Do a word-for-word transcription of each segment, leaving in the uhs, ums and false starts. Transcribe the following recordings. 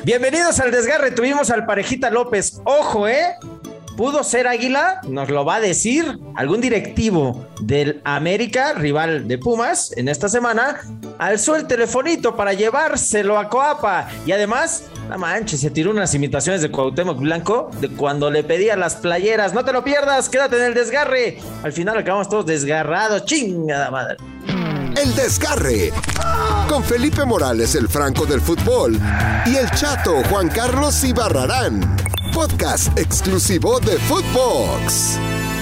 Bienvenidos al Desgarre, tuvimos al Parejita López. Ojo, ¿eh? ¿Pudo ser Águila? Nos lo va a decir algún directivo del América, rival de Pumas, en esta semana. Alzó el telefonito para llevárselo a Coapa. Y además, no manches, se tiró unas imitaciones de Cuauhtémoc Blanco de cuando le pedía las playeras. No te lo pierdas, quédate en el Desgarre. Al final acabamos todos desgarrados. Chingada madre. El Desgarre, con Felipe Morales, el Franco del fútbol, y el Chato Juan Carlos Ibarrarán. Podcast exclusivo de Footbox.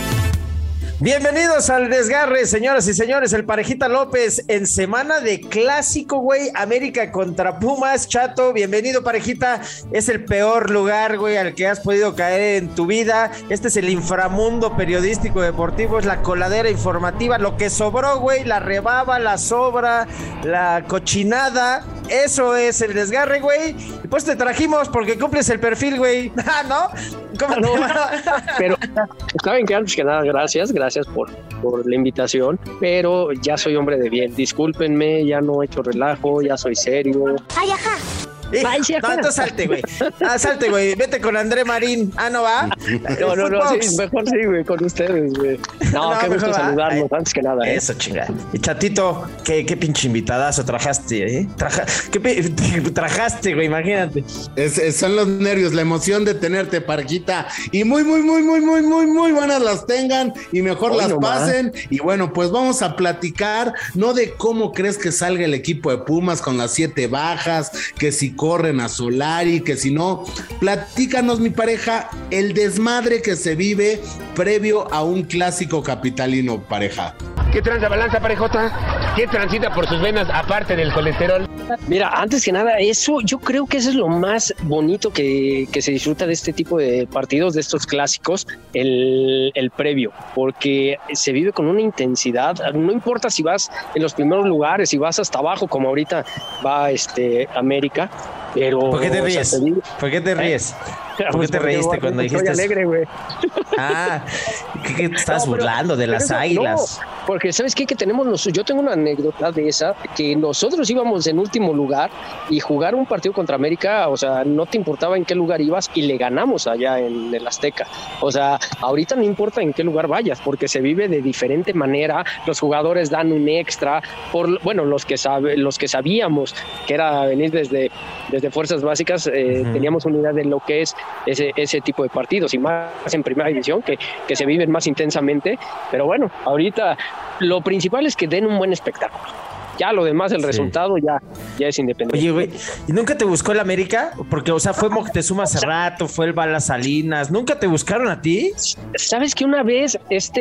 Bienvenidos al Desgarre, señoras y señores. El Parejita López en semana de clásico, güey. América contra Pumas. Chato, bienvenido, Parejita. Es el peor lugar, güey, al que has podido caer en tu vida. Este es el inframundo periodístico deportivo. Es la coladera informativa. Lo que sobró, güey, la rebaba, la sobra, la cochinada. Eso es el Desgarre, güey. Y pues te trajimos porque cumples el perfil, güey. Ah, ¿no? ¿Cómo no, pero saben que antes que nada, gracias, gracias por, por la invitación, pero ya soy hombre de bien, discúlpenme, ya no he hecho relajo, ya soy serio. Ay, ajá. Eh, no, entonces salte, güey. Ah, salte, güey. Vete con André Marín. Ah, ¿no va? No, no, no, sí, mejor sí, güey, con ustedes, güey. No, no, qué gusto saludarnos, Ay, antes que nada. ¿eh? Eso, chingada. Y Chatito, qué, qué pinche invitadazo trajaste, ¿eh? Traja, ¿Qué trajaste, güey? Imagínate. Es, es, son los nervios, la emoción de tenerte, Parejita. Y muy, muy, muy, muy, muy, muy, muy buenas las tengan y mejor oh, las no pasen. Más. Y bueno, pues vamos a platicar, no de cómo crees que salga el equipo de Pumas con las siete bajas, que si corren a Solari, que si no, platícanos, mi pareja, el desmadre que se vive previo a un clásico capitalino, pareja. ¿Qué transa balanza, parejota? ¿Qué transita por sus venas aparte del colesterol? Mira, antes que nada, eso, yo creo que eso es lo más bonito que, que se disfruta de este tipo de partidos, de estos clásicos, el, el previo, porque se vive con una intensidad, no importa si vas en los primeros lugares, si vas hasta abajo, como ahorita va este América, pero... ¿Por qué te ríes? O sea, vive... ¿Por qué te ríes? ¿Eh? ¿Por qué te reíste cuando dijiste eso? Estoy alegre, güey. Ah, ¿qué, qué te estás no, burlando de las eso, Águilas? No, porque ¿sabes qué? Que tenemos los, yo tengo una anécdota de esa, que nosotros íbamos en último lugar y jugar un partido contra América, o sea, no te importaba en qué lugar ibas y le ganamos allá en el Azteca. O sea, ahorita no importa en qué lugar vayas, porque se vive de diferente manera, los jugadores dan un extra, por bueno, los que sabe, los que sabíamos que era venir desde, desde fuerzas básicas, eh, uh-huh. teníamos una idea de lo que es ese, ese tipo de partidos, y más en primera división, que, que se viven más intensamente, pero bueno, ahorita lo principal es que den un buen espectáculo. Ya lo demás, el sí. resultado ya, ya es independiente. Oye, güey, ¿y nunca te buscó el América? Porque, o sea, fue Moctezuma hace rato, fue el Balas Salinas. ¿Nunca te buscaron a ti? ¿Sabes que una vez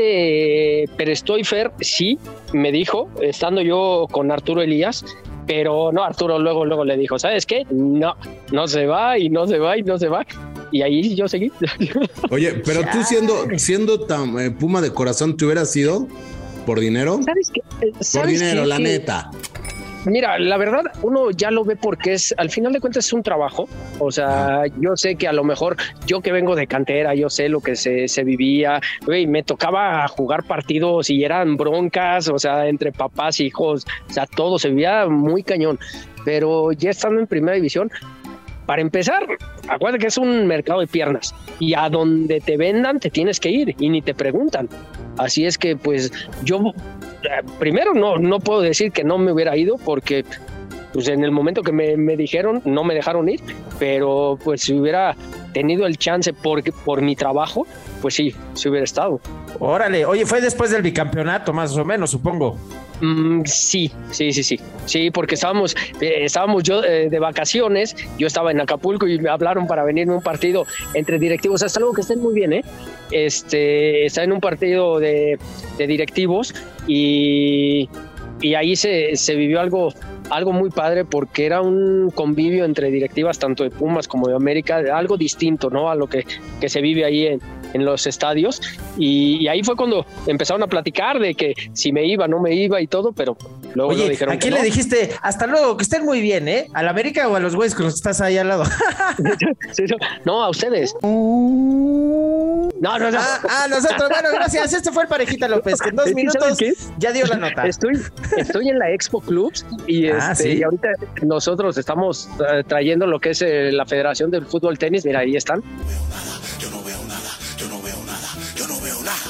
este Perestoifer sí me dijo, estando yo con Arturo Elías, pero no, Arturo luego, luego le dijo, ¿sabes qué? No, no se va y no se va y no se va. Y ahí yo seguí. Oye, pero tú siendo, siendo tan eh, Puma de corazón, ¿te hubieras ido por dinero? ¿Sabes qué? ¿Sabes por dinero, qué? la neta. Mira, la verdad, uno ya lo ve porque es, al final de cuentas es un trabajo. O sea, yo sé que a lo mejor yo que vengo de cantera, yo sé lo que se, se vivía. Güey, me tocaba jugar partidos y eran broncas, o sea, entre papás, hijos, o sea, todo se vivía muy cañón. Pero ya estando en primera división, para empezar, acuérdate que es un mercado de piernas y a donde te vendan te tienes que ir y ni te preguntan. Así es que pues yo primero no, no puedo decir que no me hubiera ido porque pues en el momento que me, me dijeron no me dejaron ir, pero pues si hubiera tenido el chance por, por mi trabajo, pues sí, sí hubiera estado. Órale, oye, fue después del bicampeonato más o menos, supongo. Mm, sí, sí, sí, sí, sí, porque estábamos, eh, estábamos yo eh, de vacaciones, yo estaba en Acapulco y me hablaron para venirme a un partido entre directivos, hasta luego que estén muy bien, ¿eh? Este, está en un partido de, de directivos y, y ahí se, se vivió algo, algo muy padre porque era un convivio entre directivas tanto de Pumas como de América, algo distinto, ¿no? A lo que, que se vive ahí en, en los estadios y, y ahí fue cuando empezaron a platicar de que si me iba, no me iba y todo, pero Luego Oye, dijeron ¿a quién no. le dijiste? Hasta luego, que estén muy bien, ¿eh? ¿A la América o a los güeyes con los que estás ahí al lado? Sí, no, no, a ustedes. No, no, no. Ah, ah, nosotros, bueno, gracias. Este fue el Parejita López, que en dos Es que, minutos ¿sabes qué? ya dio la nota. Estoy, estoy en la Expo Clubs y, Ah, este, ¿sí? y ahorita nosotros estamos uh, trayendo lo que es eh, la Federación del Fútbol Tenis. Mira, ahí están. Yo no veo nada, yo no veo nada, yo no veo nada.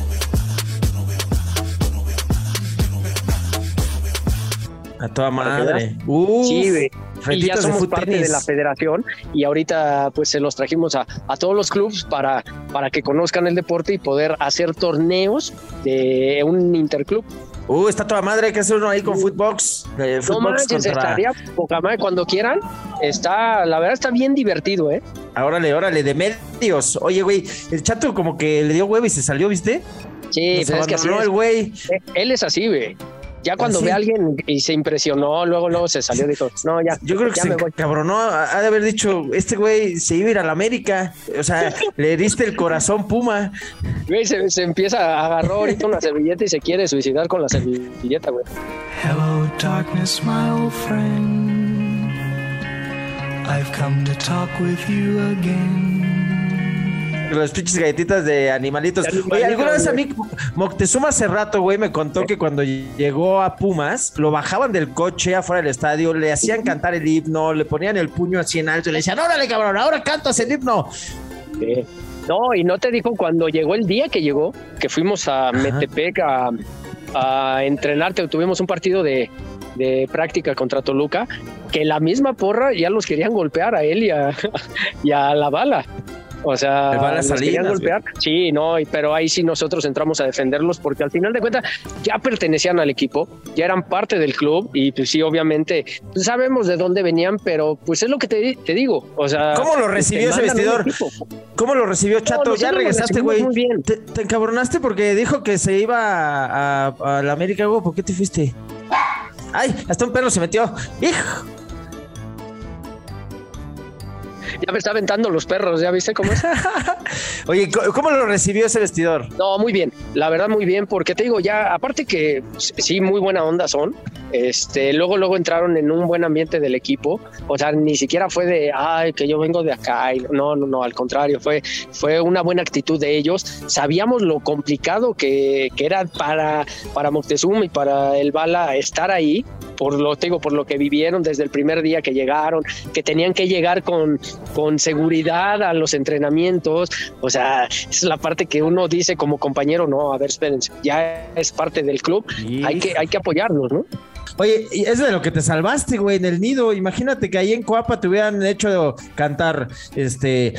A toda madre. Uh, Sí, güey. Y ya somos de parte de la federación y ahorita pues se los trajimos a, a todos los clubes para, para que conozcan el deporte y poder hacer torneos de un interclub. Uh, está toda madre, hay que hacer uno ahí con Footbox. Eh, No Footbox manches, contra... estaría poca madre cuando quieran. Está, la verdad está bien divertido, ¿eh? Ah, órale, órale, de medios. Oye, güey, el Chato como que le dio huevo y se salió, ¿viste? Sí, Nos pero es que así abandonó es. el güey. Él es así, güey. Ya cuando Así. ve a alguien y se impresionó, luego luego se salió y dijo, no, ya, Yo creo que ya se me voy. encabronó, ha de haber dicho, este güey se iba a ir a la América. O sea, le diste el corazón Puma. Güey, se, se empieza a agarrar ahorita una servilleta y se quiere suicidar con la servilleta, güey. Hello, darkness, my old friend. I've come to talk with you again. Las pinches galletitas de animalitos. Oye, alguna vez a mí Moctezuma hace rato, güey, me contó que cuando llegó a Pumas, lo bajaban del coche afuera del estadio, le hacían cantar el himno, le ponían el puño así en alto y le decían, órale, cabrón, ahora cantas el himno. Sí. No, y no te dijo cuando llegó el día que llegó, que fuimos a Metepec a, a entrenar, tuvimos un partido de, de práctica contra Toluca, que la misma porra ya los querían golpear a él y a, y a la bala. O sea, El Bala los Salinas, querían golpear. Sí, no, y- pero ahí sí nosotros entramos a defenderlos porque al final de cuentas ya pertenecían al equipo, ya eran parte del club y pues sí, obviamente pues, sabemos de dónde venían, pero pues es lo que te, te digo. O sea, ¿Cómo lo recibió te ese mandan un vestidor? equipo. ¿Cómo lo recibió Chato? nosotros Ya lo regresaste, recibimos güey. muy bien. ¿Te, te encabronaste porque dijo que se iba a, a, a la América, güey? ¿Por qué te fuiste? Ay, hasta un perro se metió. ¡Hijo! Ya me está aventando los perros, ¿ya viste cómo es? Oye, ¿cómo lo recibió ese vestidor? No, muy bien, la verdad muy bien, porque te digo, ya, aparte que sí, muy buena onda son, este, luego, luego entraron en un buen ambiente del equipo, o sea, ni siquiera fue de, ay, que yo vengo de acá, y no, no, no, al contrario, fue, fue una buena actitud de ellos, sabíamos lo complicado que, que era para, para Moctezuma y para el Bala estar ahí, por lo, te digo, por lo que vivieron desde el primer día que llegaron, que tenían que llegar con, con seguridad a los entrenamientos, o sea, es la parte que uno dice como compañero, no, a ver, espérense, ya es parte del club, hay que, hay que apoyarlos, ¿no? Oye, y es de lo que te salvaste, güey, en el nido. Imagínate que ahí en Coapa te hubieran hecho cantar, este,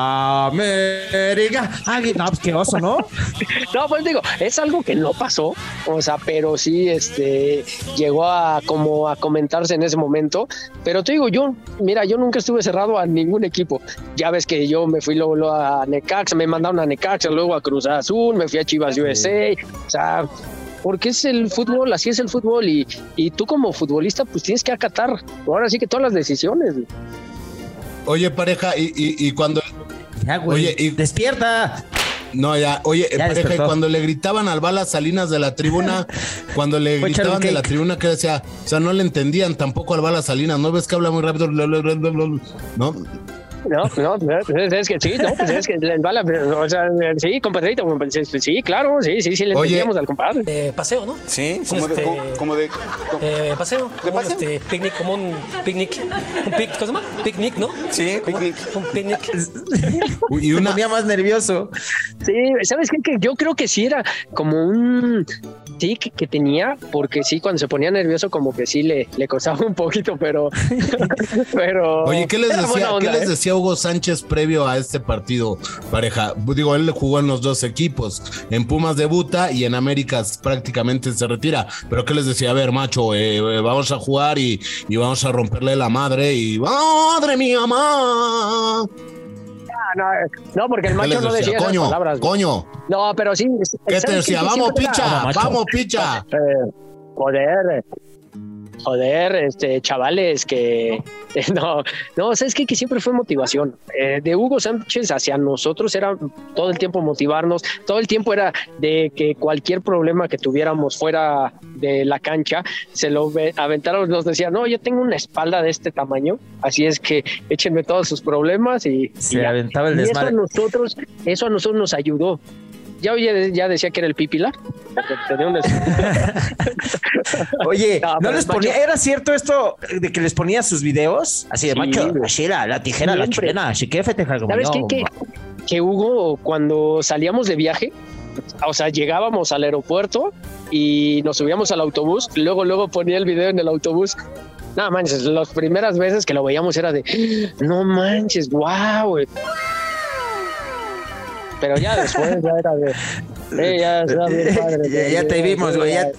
América. Ay, no, pues qué oso, ¿no? No, pues digo, es algo que no pasó, o sea, pero sí, este, llegó a como a comentarse en ese momento, pero te digo, yo, mira, yo nunca estuve cerrado a ningún equipo, ya ves que yo me fui luego, luego a Necaxa, me mandaron a Necaxa, luego a Cruz Azul, me fui a Chivas U S A, o sea, porque es el fútbol, así es el fútbol, y, y tú como futbolista, pues tienes que acatar, ahora sí que todas las decisiones. Oye, pareja, y, y, y cuando... Ya, güey, Oye, y- despierta. No, ya, oye, Ya pareja, despertó. y cuando le gritaban al Bala Salinas de la tribuna, cuando le Fue echar un gritaban de la cake. tribuna, que decía, o sea, no le entendían tampoco al Bala Salinas, ¿no ves que habla muy rápido? ¿No? No, no, es, es que sí, no, pues es que el Bala, o sea, sí, compadrito, sí, claro, sí, sí, sí, le Oye. entendíamos al compadre. Eh, paseo, ¿no? Sí, Es como de, este- como, como de, como- Eh, paseo. ¿De como paseo? Este, picnic, como un picnic. Un pic, ¿cómo se llama? Picnic, ¿no? Sí, Como picnic. Un picnic. Y Me una, ponía más nervioso. Sí, ¿sabes qué? Que yo creo que sí era como un tic que tenía, porque sí, cuando se ponía nervioso como que sí le, le costaba un poquito, pero... pero Oye, ¿qué les era decía, buena onda, ¿qué les ¿eh? decía Hugo Sánchez previo a este partido, pareja? Digo, él jugó en los dos equipos. En Pumas debuta y en Américas prácticamente se retira. Pero ¿qué les decía? A ver, macho, eh, eh, vamos a jugar y, y vamos a romperle la madre y ¡madre mía, mamá! No, no, porque el ¿Qué macho les no decía decía? esas Coño, palabras. güey. coño. No, pero sí. ¿Qué te ¿sabes decía? Que Vamos, siempre era- picha, macho. vamos, picha. Eh, joder. Joder, este, chavales, que no, no, ¿sabes qué? Que siempre fue motivación. Eh, de Hugo Sánchez hacia nosotros era todo el tiempo motivarnos, todo el tiempo era de que cualquier problema que tuviéramos fuera de la cancha, se lo aventaron, nos decía, no, yo tengo una espalda de este tamaño, así es que échenme todos sus problemas y, se y aventaba el desmadre. Y eso a nosotros, eso a nosotros nos ayudó. Ya, ya, ya decía que era el Pipila. Tenía un... Oye, no, no les ponía, ¿era cierto esto de que les ponía sus videos? Así de sí, macho, así era, la tijera, siempre. La chilena, así que festejar como ¿sabes yo? qué? Que, que Hugo, cuando salíamos de viaje, o sea, llegábamos al aeropuerto y nos subíamos al autobús, luego, luego ponía el video en el autobús. No manches, las primeras veces que lo veíamos era de, no manches, wow. Pero ya después ya era de... Eh, ya, ya, bien padre, ya, ya te vimos, güey. Ya,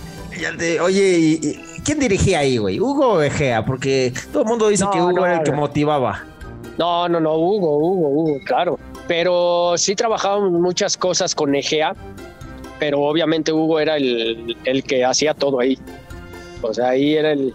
ya te, oye, ¿y, y, ¿quién dirigía ahí, güey? ¿Hugo o Egea? Porque todo el mundo dice no, que Hugo no, era el que motivaba. No, no, no, Hugo, Hugo, Hugo, claro. Pero sí trabajábamos muchas cosas con Egea, pero obviamente Hugo era el, el que hacía todo ahí. O sea, ahí era el,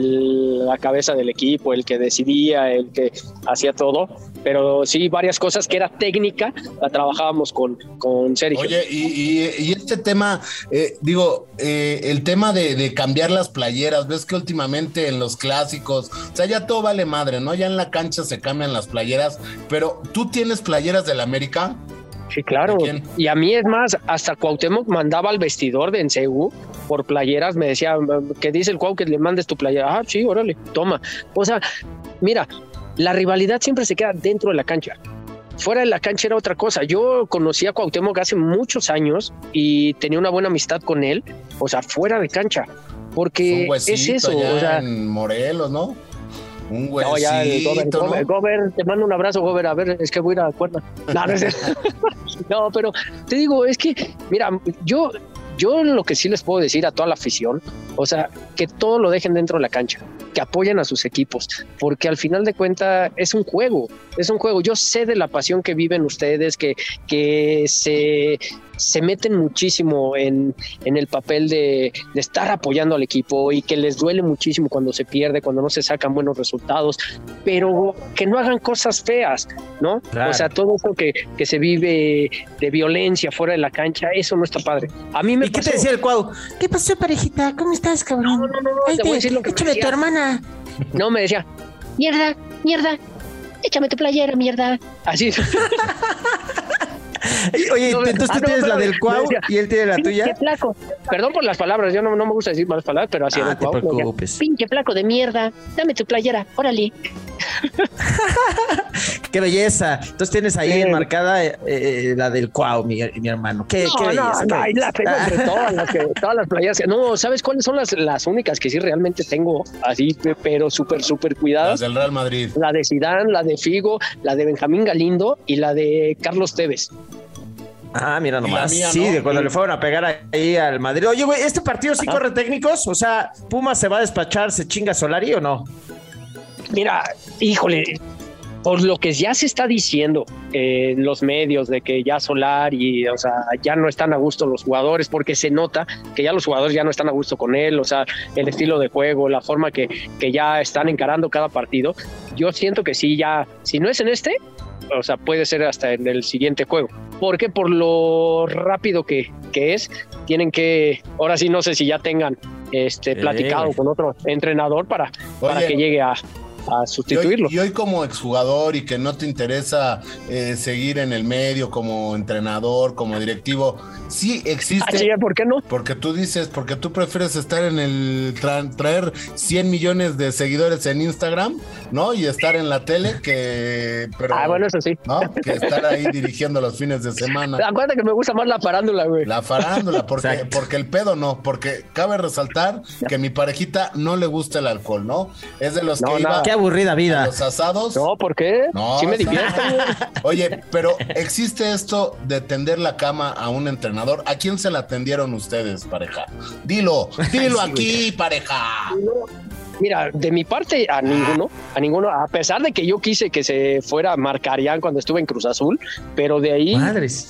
el, la cabeza del equipo, el que decidía, el que hacía todo. Pero sí, varias cosas que era técnica, la trabajábamos con, con Sergio. Oye, y, y, y este tema, eh, digo, eh, el tema de, de cambiar las playeras, ves que últimamente en los clásicos, o sea, ya todo vale madre, ¿no? Ya en la cancha se cambian las playeras, pero ¿tú tienes playeras del América? Sí, claro. Y a mí es más, hasta Cuauhtémoc mandaba al vestidor de en C U por playeras, me decía, que dice el Cuau que le mandes tu playera. Ah, sí, órale, toma. O sea, mira, la rivalidad siempre se queda dentro de la cancha. Fuera de la cancha era otra cosa. Yo conocí a Cuauhtémoc hace muchos años y tenía una buena amistad con él, o sea, fuera de cancha, porque es, es eso. O sea, en Morelos, ¿no? Un huesito, no, ya, el Gober, ¿no? Gober, Gober, te mando un abrazo, Gober, a ver, es que voy a ir a la cuerda. No, no, no, pero te digo, es que, mira, yo, yo lo que sí les puedo decir a toda la afición, o sea, que todo lo dejen dentro de la cancha, que apoyen a sus equipos, porque al final de cuentas es un juego, es un juego. Yo sé de la pasión que viven ustedes, que, que se, se meten muchísimo en, en el papel de, de estar apoyando al equipo y que les duele muchísimo cuando se pierde, cuando no se sacan buenos resultados, pero que no hagan cosas feas, ¿no? Claro. O sea, todo eso que, que se vive de violencia fuera de la cancha, eso no está padre. A mí me ¿Y pasó... qué te decía el Cuau? ¿Qué pasó, parejita? ¿Cómo estás, cabrón? No, no, no, no Ay, te voy a decir lo que échame tu hermana. No, me decía, mierda, mierda, échame tu playera, mierda. Así. Oye, no, entonces tú ah, no, tienes la del Cuau y él tiene la tuya. Pinche flaco. Perdón por las palabras, yo no, no me gusta decir malas palabras, pero así ah, era el Cuau. No te preocupes. Pinche flaco de mierda, dame tu playera, órale. Qué belleza. Entonces tienes ahí sí. enmarcada eh, eh, la del Cuau, mi, mi hermano. Qué, no, qué belleza. No, no, y la tengo entre todas las, que, todas las playeras. No, ¿sabes cuáles son las, las únicas que sí realmente tengo así, pero súper, súper cuidadas? Las del Real Madrid. La de Zidane, la de Figo, la de Benjamín Galindo y la de Carlos Tevez. Ah, mira nomás. Mía, sí, ¿no? De cuando sí. le fueron a pegar ahí al Madrid. Oye, güey, ¿este partido sí Ajá. corre técnicos? O sea, ¿Pumas se va a despachar, se chinga Solari o no? Mira, híjole, por lo que ya se está diciendo en eh, los medios de que ya Solari, o sea, ya no están a gusto los jugadores, porque se nota que ya los jugadores ya no están a gusto con él, o sea, el estilo de juego, la forma que, que ya están encarando cada partido. Yo siento que sí, ya, si no es en este, o sea, puede ser hasta en el siguiente juego. Porque por lo rápido que, que es, tienen que, ahora sí no sé si ya tengan este platicado eh, con otro entrenador para, Oye, para que llegue a, a sustituirlo. Y hoy, y hoy como exjugador y que no te interesa eh, seguir en el medio como entrenador, como directivo, sí existe. ¿Ah, sí? ¿Por qué no? Porque tú dices, porque tú prefieres estar en el tra- traer cien millones de seguidores en Instagram, ¿no? Y estar en la tele que... Pero, ah, bueno, eso sí. ¿no? Que estar ahí dirigiendo los fines de semana. Acuérdate que me gusta más la farándula, güey. La farándula, porque, porque el pedo no, porque cabe resaltar que a mi parejita no le gusta el alcohol, ¿no? Es de los no, que no. iba... Qué aburrida vida. A los asados. No, ¿por qué? No, sí me divierto. Oye, pero ¿existe esto de tender la cama a un entrenador? ¿A quién se la tendieron ustedes, pareja? Dilo, dilo sí, aquí, güey. Pareja. Mira, de mi parte a ninguno, a ninguno, a pesar de que yo quise que se fuera Marcarián cuando estuve en Cruz Azul, pero de ahí... Madres.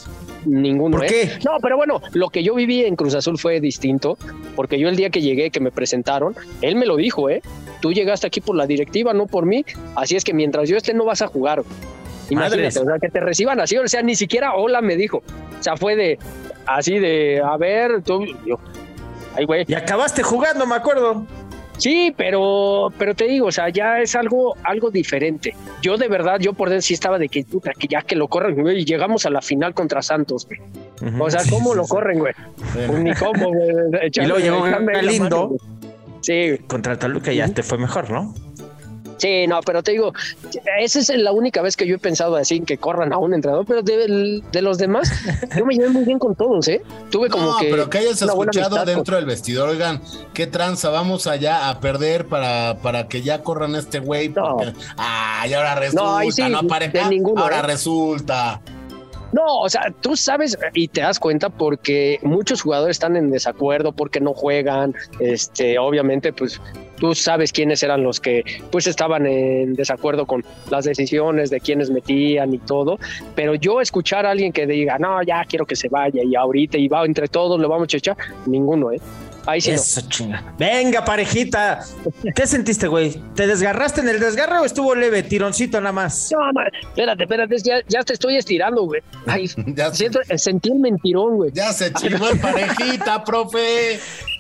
Ninguno. ¿Por ¿eh? qué? No, pero bueno, lo que yo viví en Cruz Azul fue distinto, porque yo el día que llegué, que me presentaron, él me lo dijo, ¿eh? Tú llegaste aquí por la directiva, no por mí, así es que mientras yo esté no vas a jugar. Imagínate, Madres. O sea, que te reciban así, o sea, ni siquiera hola me dijo. O sea, fue de, así de, a ver, tú, yo, ay, güey. Y acabaste jugando, me acuerdo. Sí, pero, pero te digo, o sea, ya es algo, algo diferente. Yo de verdad, yo por dentro sí estaba de que, puta, que ya que lo corren, güey, y llegamos a la final contra Santos, güey. Uh-huh. O sea, ¿cómo sí, lo sí, corren, güey? Sí. Pues ni cómo, güey. Y luego llegó un lindo. Mano, sí. Contra el Toluca ya uh-huh. te fue mejor, ¿no? Sí, no, pero te digo, esa es la única vez que yo he pensado así, que corran a un entrenador, pero de, de los demás, yo me llevé muy bien con todos, ¿eh? Tuve como no, que... pero que hayas escuchado dentro del vestidor, oigan, qué tranza, vamos allá a perder para, para que ya corran este güey, porque, no. ay, ahora resulta, no, sí, no aparezca, ahora ¿eh? resulta... No, o sea, tú sabes y te das cuenta porque muchos jugadores están en desacuerdo, porque no juegan, este, obviamente, pues tú sabes quiénes eran los que pues estaban en desacuerdo con las decisiones de quiénes metían y todo, pero yo escuchar a alguien que diga, no, ya quiero que se vaya y ahorita y va entre todos, lo vamos a echar, ninguno, ¿eh? Ahí sí Eso, no. Chinga. Venga, parejita. ¿Qué sentiste, güey? ¿Te desgarraste en el desgarre o estuvo leve, tironcito nada más? No, man, espérate, espérate, ya, ya te estoy estirando, güey. Ay, ya siento, se... sentí el mentirón, güey. Ya se chingó el parejita, profe.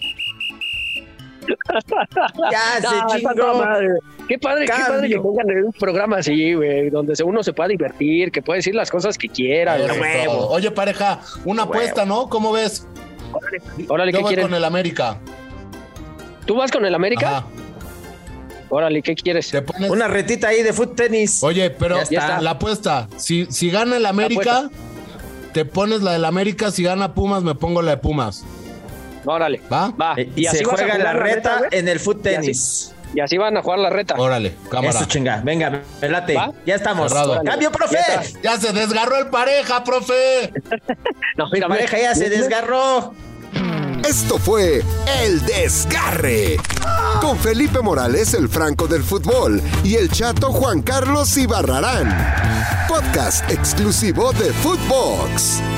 Ya no, se chingó. Madre. Qué padre, Cambio. qué padre que pongan un programa así, güey, donde uno se pueda divertir, que puede decir las cosas que quiera. Güey. Oye, pareja, una Huevo. apuesta, ¿no? ¿Cómo ves? Órale, Órale, Yo ¿qué voy quieren? con el América. ¿Tú vas con el América? Ajá. Órale, ¿qué quieres? ¿Te pones? Una retita ahí de foot tenis. Oye, pero la apuesta, si, si gana el América, te pones la del América, si gana Pumas, me pongo la de Pumas. Órale, ¿va? Va. Eh, y, y así se juega la reta, reta en el foot tenis. Y así, y así van a jugar la reta. Órale, cámara. Eso, chinga. Venga, pelate. ¿Va? Ya estamos. Cerrado. Cambio, profe. Ya, ya se desgarró el pareja, profe. No, mira, la pareja ya se desgarró. Esto fue El Desgarre con Felipe Morales, el Franco del fútbol, y el Chato Juan Carlos Ibarrarán. Podcast exclusivo de Footbox.